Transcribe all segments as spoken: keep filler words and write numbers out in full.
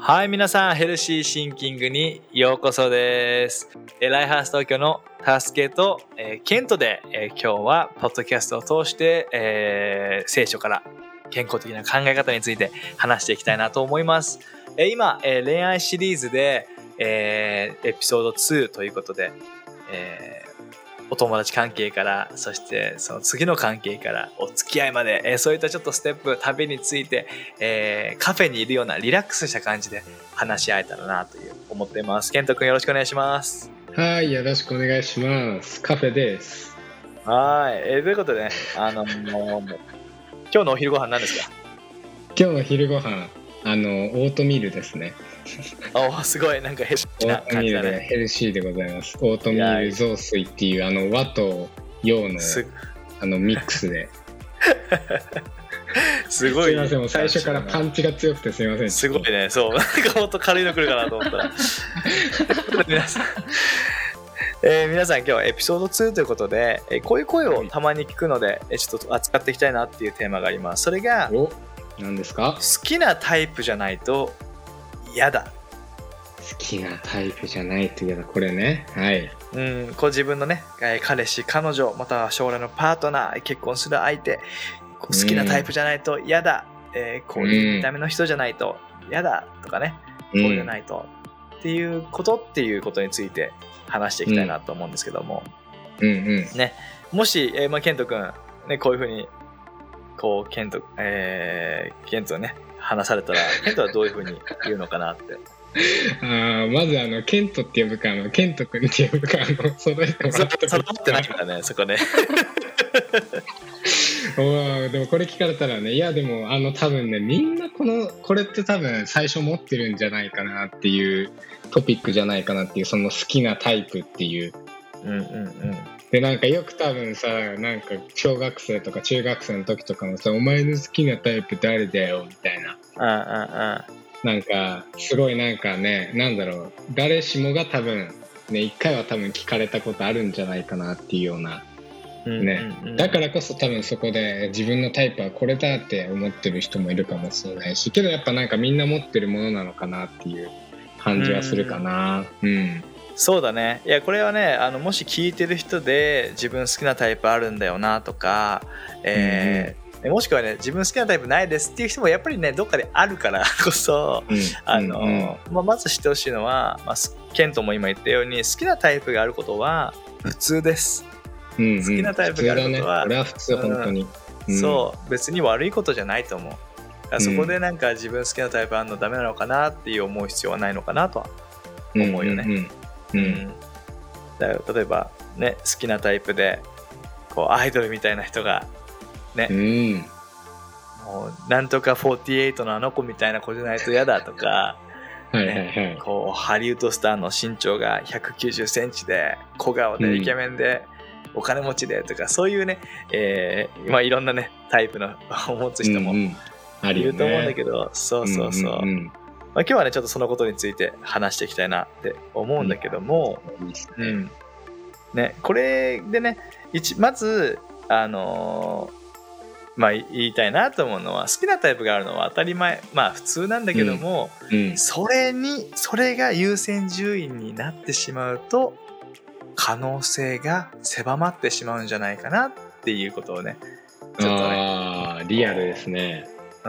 はい、皆さん、ヘルシーシンキングにようこそです。えーライハース東京のタスケと、えーケントで、えー今日はポッドキャストを通して、えー聖書から健康的な考え方について話していきたいなと思います。えー今、えー恋愛シリーズで、えーエピソードツーということで、えーお友達関係から、そしてその次の関係からお付き合いまで、えーそういったちょっとステップ、旅について、えーカフェにいるようなリラックスした感じで話し合えたらなという思っています。ケント君よろしくお願いします。 はい、よろしくお願いします。カフェです。 はい、えーということでね、あのもう今日のお昼ご飯何ですか？ 今日の昼ご飯、あのオートミールですね。 おすごいなんかヘルシーなオートミールで感じだね。 ヘルシーでございます。オートミール雑炊っていうあの和と洋のすあのミックスで。 すごい。 すいません、もう最初からパンチが強くてすいません。 すごいね、そう、なんかもっと軽いの来るかなと思ったら。皆さん、えー皆さん今日はエピソードツーということで、えーこういう声をたまに聞くので、えーちょっと扱っていきたいなっていうテーマがあります。それが、 お、何ですか？ 好きなタイプじゃないと嫌だ。 好きなタイプじゃないというのはこれね。はい。 うん、こう自分のね、えー彼氏、彼女、または将来のパートナー、結婚する相手、こう好きなタイプじゃないと嫌だ。えーこういう見た目の人じゃないと嫌だとかね、こうじゃないと、っていうことっていうことについて話していきたいなと思うんですけども、 うんうん。 ね、もし、えーまあ、ケント君、ね、こういうふうにこうケント、えー、ケントね話されたら、ケントはどういうふうに言うのかなって。 あーまずあのケントって呼ぶかあのケント君って呼ぶかあの揃えてもらそってそろってなかったね、そこね。 おーでもこれ聞かれたらね、いやでもあの多分ね、みんなこのこれって多分最初持ってるんじゃないかなっていうトピックじゃないかなっていう、その好きなタイプっていう。 うんうんうん。 でなんかよく多分さ、なんか小学生とか中学生の時とかもさ、お前の好きなタイプ誰だよみたいな、 あああなんかすごいなんかね、なんだろう、誰しもが多分ね一回は多分聞かれたことあるんじゃないかなっていうようなね、 うんうんうん、 だからこそ多分そこで自分のタイプはこれだって思ってる人もいるかもしれないし、けどやっぱなんかみんな持ってるものなのかなっていう感じはするかな。うん、うん、 そうだね。いやこれはね、あのもし聞いてる人で自分好きなタイプあるんだよなとか、えーうんうん、もしくはね自分好きなタイプないですっていう人もやっぱりねどっかであるからこそ、うん、あの、うんうんまあ、まず知ってほしいのは、まあ、ケントも今言ったように好きなタイプがあることは普通です。うんうん、好きなタイプがあることは、 ね、これは普通、本当に、 うん、そう別に悪いことじゃないと思う。だからそこでなんか自分好きなタイプあるのダメなのかなっていう思う必要はないのかなとは思うよね。うんうんうん、だから例えばね好きなタイプでこうアイドルみたいな人がね、うん、もうなんとかよんじゅうはちのあの子みたいな子じゃないと嫌だとか。 はいはいはい、 こうハリウッドスターの身長がひゃくきゅうじゅっセンチで小顔でイケメンで、うんお金持ちでとかそういうね、えーまあ、いろんなねタイプのを持つ人もいると思うんだけど、うんうんね、そうそうそう、うんうんうんまあ、今日はねちょっとそのことについて話していきたいなって思うんだけども、うんうんね、これでね一まずあのー、まあ言いたいなと思うのは、好きなタイプがあるのは当たり前、まあ普通なんだけども、うんうん、それにそれが優先順位になってしまうと可能性が狭まってしまうんじゃないかなっていうことをねちょっとねあリアルですね、 うん、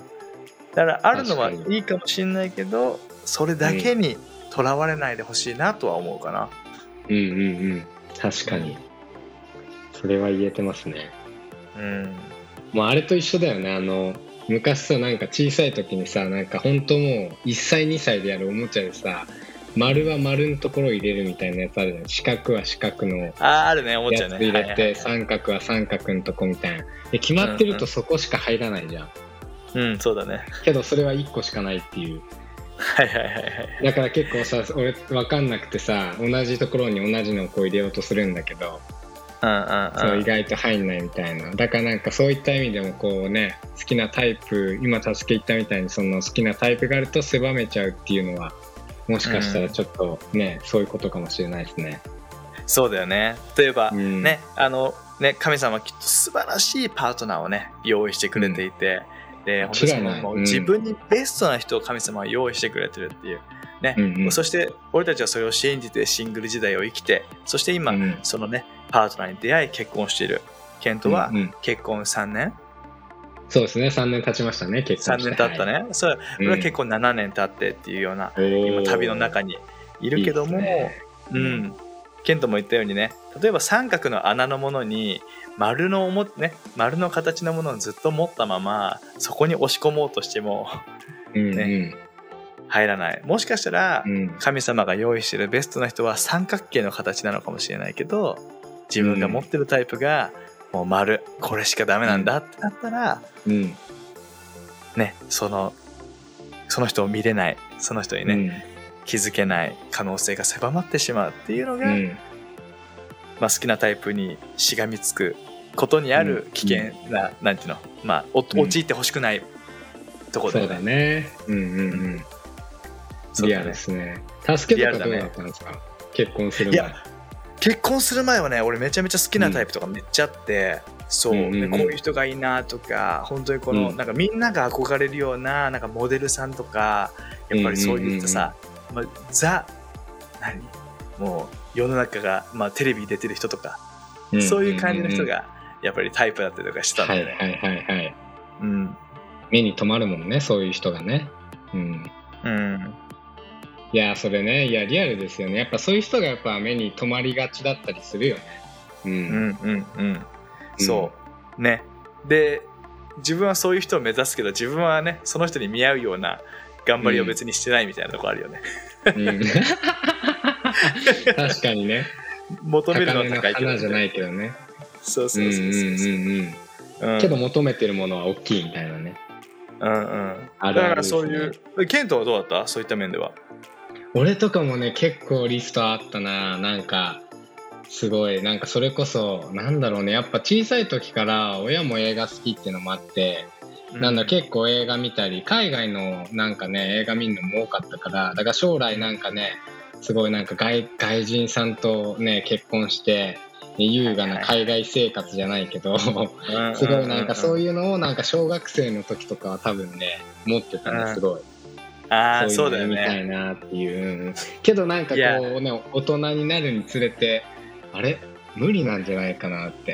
だからあるのはいいかもしれないけどそれだけにとらわれないでほしいなとは思うかな。 うんうんうん確かにそれは言えてますね。うんもうあれと一緒だよね。あの昔さ、なんか小さい時にさ、なんか本当もういっさいにさいでやるおもちゃでさ、丸は丸のところを入れるみたいなやつあるじゃん。四角は四角のやつ入れて、三角は三角のとこみたいな。で決まってるとそこしか入らないじゃん。 うん、うん、そうだね。 けどそれはいっこしかないっていう。 はいはいはいはい。 だから結構さ、俺分かんなくてさ、同じところに同じのをこう入れようとするんだけど、うんうんうん、そう意外と入んないみたいな。だからなんかそういった意味でもこうね、好きなタイプ、今助け言ったみたいにその好きなタイプがあると狭めちゃうっていうのはもしかしたらちょっとね、うん、そういうことかもしれないですね。 そうだよね。例えば、うん、ね、あのね、神様はきっと素晴らしいパートナーをね用意してくれていて、 で本当にそのもう自分にベストな人を神様は用意してくれてるっていうね、うんうん、そして俺たちはそれを信じてシングル時代を生きて、そして今、うん、そのねパートナーに出会い結婚している。ケントは結婚さんねん、うんうん、 そうですね、さんねん経ちましたね、結婚して。 さんねん経ったね、はい、それ俺は結婚ななねん経ってっていうような、うん、今旅の中にいるけども、いいね、うん、ケントも言ったようにね、例えば三角の穴のものに丸のおも、ね、丸の形のものをずっと持ったままそこに押し込もうとしても、ね、うんうん、入らない。もしかしたら、うん、神様が用意しているベストな人は三角形の形なのかもしれないけど、自分が持ってるタイプがもう丸、これしかダメなんだってなったら、うん、ね、そのその人を見れない、その人にね、うん、気づけない可能性が狭まってしまうっていうのが、うん、まあ、好きなタイプにしがみつくことにある危険な、うん、なんていうの、まあ、陥ってほしくないところだよね。 そうだね。うんうんうん。リアルですね。助けとかどうだったんですか、ね、結婚する前。いや、 結婚する前はね、俺めちゃめちゃ好きなタイプとかめっちゃあって、うん、そう、うんうんうん、こういう人がいいなとか、本当にこの、うん、なんかみんなが憧れるようななんかモデルさんとか、やっぱりそういったさ、うんうんうん、まあ、ザ何もう世の中が、まあ、テレビに出てる人とか、うんうんうんうん、そういう感じの人がやっぱりタイプだったりとかしたんだよね。 はいはいはいはい。うん。目に留まるもんね、そういう人がね。うん。うん。いやそれね、いやリアルですよね。やっぱそういう人がやっぱ目に留まりがちだったりするよね。 うん、うんうんうんそうね。で自分はそういう人を目指すけど、自分はねその人に見合うような頑張りを別にしてないみたいなとこあるよね。うんうん、 確かにね。 求めるのは高いけど、 ね、高めの花じゃないけどね。 そうそうそうそうそう、うんうん、けど求めてるものは大きいみたいなね。 うんうん。あるあるですね。だからそういうケントはどうだった？そういった面では。 俺とかもね結構リストあったな。なんかすごいなんかそれこそなんだろうね、やっぱ小さい時から親も映画好きっていうのもあって、うん、なんだ結構映画見たり海外のなんかね映画見るのも多かったから、だから将来なんかねすごいなんか 外, 外人さんとね結婚して優雅な海外生活じゃないけど、すごいなんかそういうのをなんか小学生の時とかは多分ね持ってたのすごい。 ああそうだよね。 みたいなっていう。けどなんかこうね大人になるにつれてあれ無理なんじゃないかなって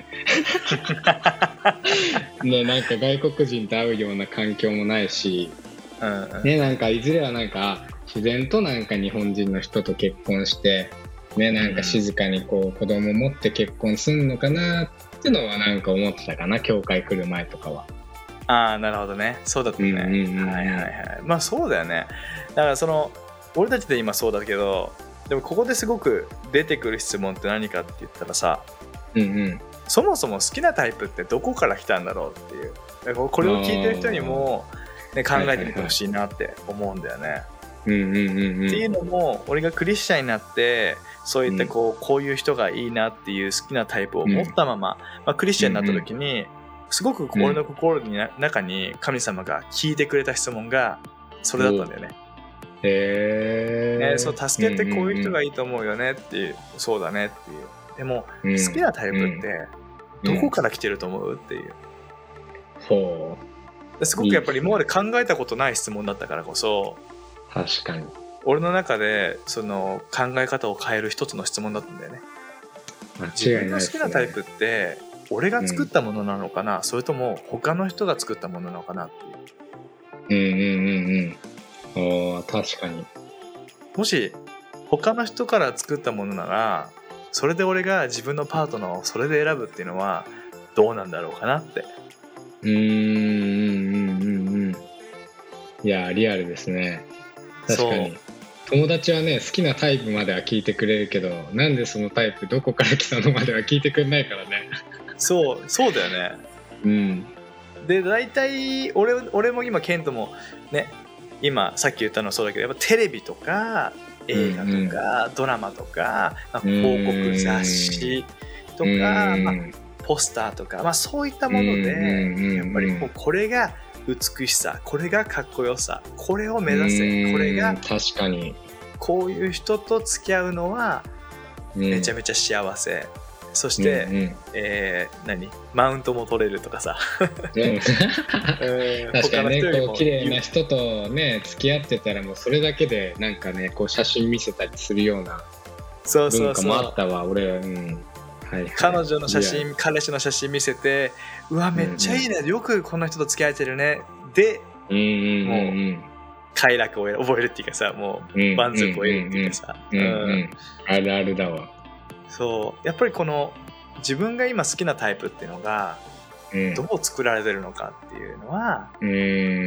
ね、なんか外国人と会うような環境もないし、うんうん、ね、なんかいずれはなんか自然となんか日本人の人と結婚してね、なんか静かにこう子供持って結婚するのかなってのはなんか思ってたかな、教会来る前とかは。 ああなるほどね、そうだったね、うんうんうん、はいはいはい。まあそうだよね。だからその俺たちで今そうだけど、でもここですごく出てくる質問って何かって言ったらさ、うんうん、そもそも好きなタイプってどこから来たんだろうっていう、だからこれを聞いてる人にも、ね、考えてみてほしいなって思うんだよね。っていうのも俺がクリスチャンになってそういったこう、うん、こういう人がいいなっていう好きなタイプを持ったまま、うんまあ、クリスチャンになった時にすごく俺の心の中に神様が聞いてくれた質問がそれだったんだよね。へー、ね、そう助けてこういう人がいいと思うよねっていう、うんうん、そうだねっていう。でも、うん、好きなタイプってどこから来てると思うっていう、ほう、すごくやっぱり今まで考えたことない質問だったからこそ、 確かに俺の中でその考え方を変える一つの質問だったんだよね。 間違いないですね。 自分の好きなタイプって俺が作ったものなのかな、うん、それとも他の人が作ったものなのかなっていう。うんうんうんうん。 お確かに。 もし他の人から作ったものならそれで俺が自分のパートナーをそれで選ぶっていうのはどうなんだろうかなって。 うーんうんうんうん。いやリアルですね。確かに友達はね好きなタイプまでは聞いてくれるけど、なんでそのタイプどこから来たのまでは聞いてくれないからね。 そうそうだよね。うんで大体 俺, 俺も今ケントもね今さっき言ったのはそうだけど、やっぱテレビとか映画とか、うんうん、ドラマとか、まあ、広告雑誌とか、まあ、ポスターとか、まあ、そういったものでやっぱりこうこれが美しさ、これがかっこよさ、これを目指せ、これが確かにこういう人と付き合うのはめちゃめちゃ幸せ、 そして、 うんうんえー、何マウントも取れるとかさ、 うん、確かにね、こう綺麗な人とね付き合ってたらもうそれだけでなんかねこう写真見せたりするような文化もあったわ。俺は、うんはいはい、 彼女の写真彼氏の写真見せて、うわめっちゃいいね、うんうん、よくこの人と付き合えてるねで、 うんうんうんうん、 もう快楽を覚えるっていうかさ、もう満足を得るっていうかさ、 あるあるだわ。 そうやっぱりこの自分が今好きなタイプっていうのがどう作られてるのかっていうのは、うん、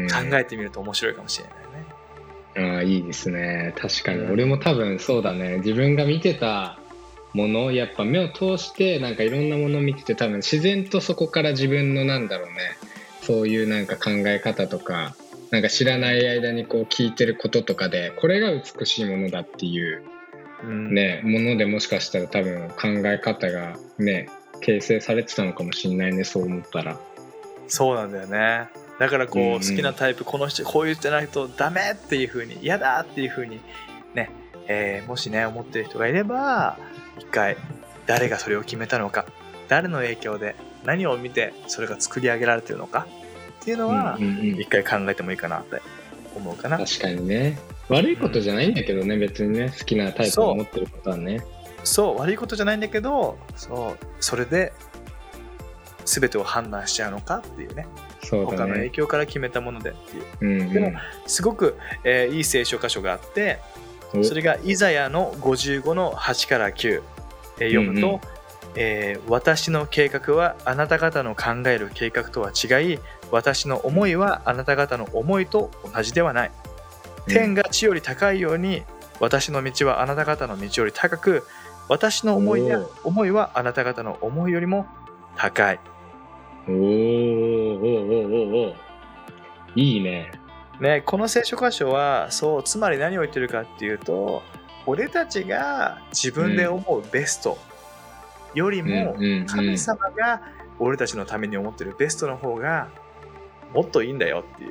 考えてみると面白いかもしれないね。ああいいですね。確かに俺も多分そうだね。自分が見てたもの、やっぱ目を通してなんかいろんなものを見てて、多分自然とそこから自分のなんだろうね、そういうなんか考え方とかなんか知らない間にこう聞いてることとかで、これが美しいものだっていうね、うん、ものでもしかしたら多分考え方がね形成されてたのかもしれないね。そう思ったらそうなんだよね。だからこう、うんうん、好きなタイプこの人こういう人じゃないとダメっていう風に嫌だっていう風にね、えー、もしね思ってる人がいれば、一回誰がそれを決めたのか、誰の影響で何を見てそれが作り上げられてるのかっていうのは、うんうんうん、一回考えてもいいかなって思うかな。 確かにね、悪いことじゃないんだけどね、うん、別にね好きなタイプを持ってることはね、 そう悪いことじゃないんだけど、そうそれで全てを判断しちゃうのかっていうね、そうだね、他の影響から決めたものでっていう、うんうん、でもすごく、えー、いい聖書箇所があって、それがイザヤのごじゅうごのはちからきゅう、えー、読むと、うんうん、えー、私の計画はあなた方の考える計画とは違い、私の思いはあなた方の思いと同じではない、うん、天が地より高いように私の道はあなた方の道より高く、私の思いや思いはあなた方の思いよりも高い。 おーおーおーおーいいね。 ね、この聖書箇所はそうつまり何を言ってるかっていうと、俺たちが自分で思うベストよりも神様が俺たちのために思ってるベストの方がもっといいんだよっていう。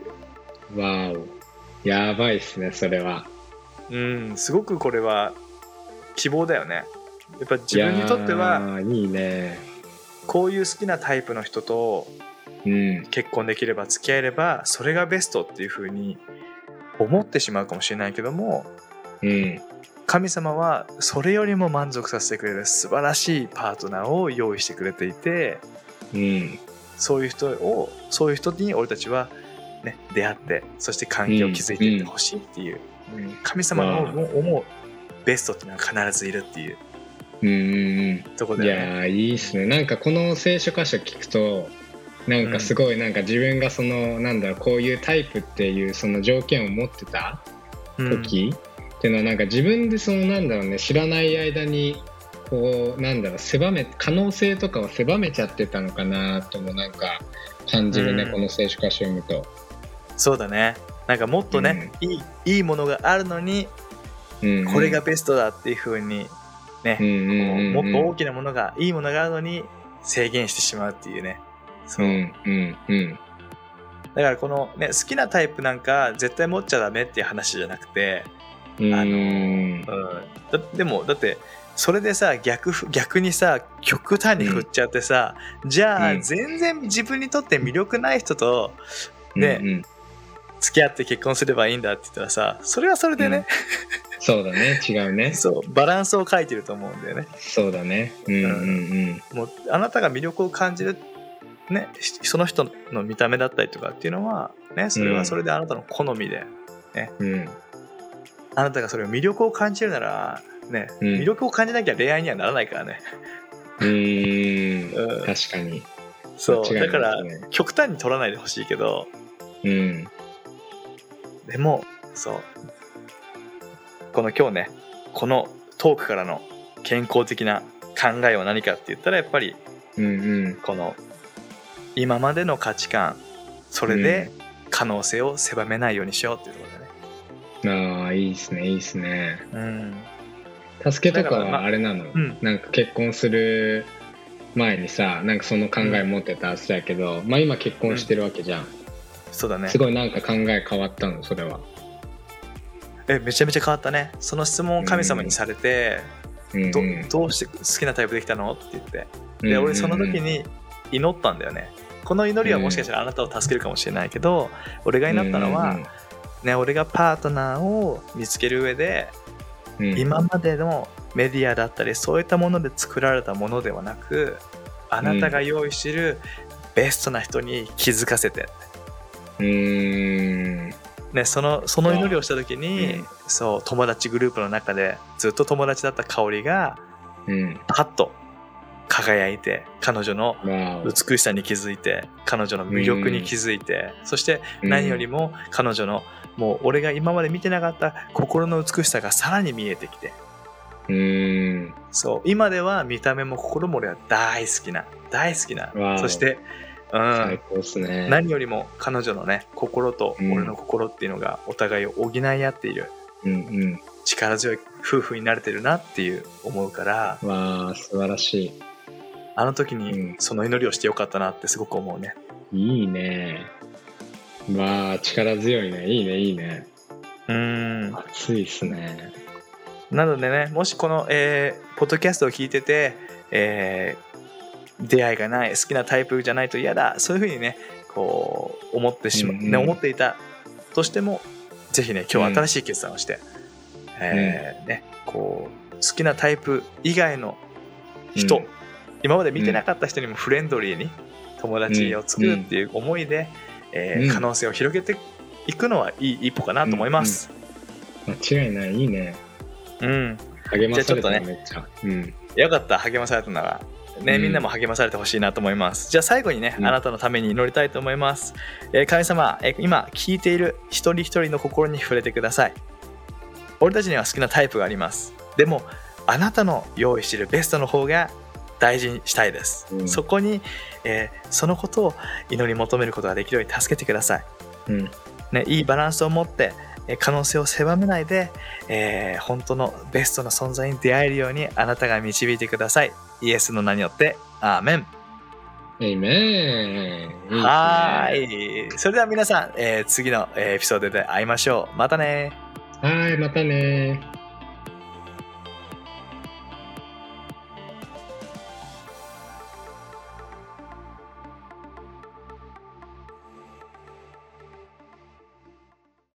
わお、やばいっすねそれは。 うん、すごくこれは希望だよね。やっぱ自分にとってはいいね、 こういう好きなタイプの人と結婚できれば付き合えればそれがベストっていう風に思ってしまうかもしれないけども、うん、神様はそれよりも満足させてくれる素晴らしいパートナーを用意してくれていて、うん、そういう人をそういう人に俺たちは、ね、出会ってそして関係を築いていってほしいっていう、うんうん、神様の思うベストっていうのは必ずいるっていう、 うんうん、 とこだよね。 いやいいっすね。なんかこの聖書箇所聞くとなんかすごいなんか自分がそのなんだろうこういうタイプっていうその条件を持ってた時、うん、っていうのはなんか自分でそのなんだろうね知らない間にこうなんだろう狭め可能性とかを狭めちゃってたのかなともなんか感じるね、うん、この聖書箇所を読むと。 そうだね。なんかもっとね、うん、いいいいものがあるのに、うんうん、これがベストだっていう風にね、うんうんうんうん、もっと大きなものがいいものがあるのに制限してしまうっていうね。そう、うんうんうん、だからこの、ね、好きなタイプなんか絶対持っちゃダメっていう話じゃなくて、あの、うん、だでもだってそれでさ 逆, 逆にさ極端に振っちゃってさ、うん、じゃあ、うん、全然自分にとって魅力ない人とね、うんうん、付き合って結婚すればいいんだって言ったらさ、それはそれでね、 うん、そうだね違うねそうバランスを書いてると思うんだよね。 そうだね、うんうんうん、 もうあなたが魅力を感じるね、その人の見た目だったりとかっていうのは、ね、それはそれであなたの好みで、ねうん、あなたがそれを魅力を感じるなら、ねうん、魅力を感じなきゃ恋愛にはならないからね。 うーん、うん、確かにそう、ね、だから極端に取らないでほしいけど、うん、でもそうこの今日ねこのトークからの健康的な考えは何かって言ったらやっぱり、うんうん、この今までの価値観それで可能性を狭めないようにしようっていうところだね、 うん、ああいいですねいいですね、うん、助けとかはあれなの、まあうん、なんか結婚する前にさなんかその考え持ってたはずだけど、うん、まあ今結婚してるわけじゃん、うん、 そうだね。 すごいなんか考え変わったのそれは。 えめちゃめちゃ変わったね。その質問を神様にされて、 うんうん、 ど, どうして好きなタイプできたのって言って、で俺その時に祈ったんだよね。この祈りはもしかしたらあなたを助けるかもしれないけど、俺が祈ったのは、ね、俺がパートナーを見つける上で、うん、今までのメディアだったりそういったもので作られたものではなく、あなたが用意しているベストな人に気づかせて、 うーん、 ね、そのその祈りをした時に、うん、そう友達グループの中でずっと友達だった香織が、うん、パッと輝いて、彼女の美しさに気づいて、彼女の魅力に気づいて、うん、そして何よりも彼女のもう俺が今まで見てなかった心の美しさがさらに見えてきて、 うーん、 そう今では見た目も心も俺は大好きな大好きな、そして、うん、 最高っすね。 何よりも彼女のね心と俺の心っていうのがお互いを補い合っている、 うんうん、 力強い夫婦になれてるなっていう思うから、 わあ素晴らしい。 あの時にその祈りをしてよかったなってすごく思うね。 いいね。わあ力強いね。いいねいいね。 うーん、 熱いっすね。 なのでね、もしこの、えー、ポッドキャストを聞いてて、えー、出会いがない、好きなタイプじゃないと嫌だ、そういう風にねこう思ってしま、うんうん、ね、思っていたとしても、ぜひね今日は新しい決断をして、うん、えーね、こう好きなタイプ以外の人、うん、今まで見てなかった人にもフレンドリーに友達を作るっていう思いで、うんえー、可能性を広げていくのはいい一歩かなと思います、 うんうん、間違いない。いいね。うん、励まされたね、めっちゃ、うん、 よかった。励まされたなら、ね、うん、みんなも励まされてほしいなと思います。じゃあ最後にね、うん、あなたのために祈りたいと思います、えー、神様、えー、今聞いている一人一人の心に触れてください。俺たちには好きなタイプがあります。でもあなたの用意しているベストの方が大事にしたいです、うん、そこに、えー、そのことを祈り求めることができるように助けてください、うんね、いいバランスを持って可能性を狭めないで、えー、本当のベストな存在に出会えるようにあなたが導いてください。イエスの名によってアーメン。 エイメン。 はい。それでは皆さん、えー、次のエピソードで会いましょう。またね。 はい、またね。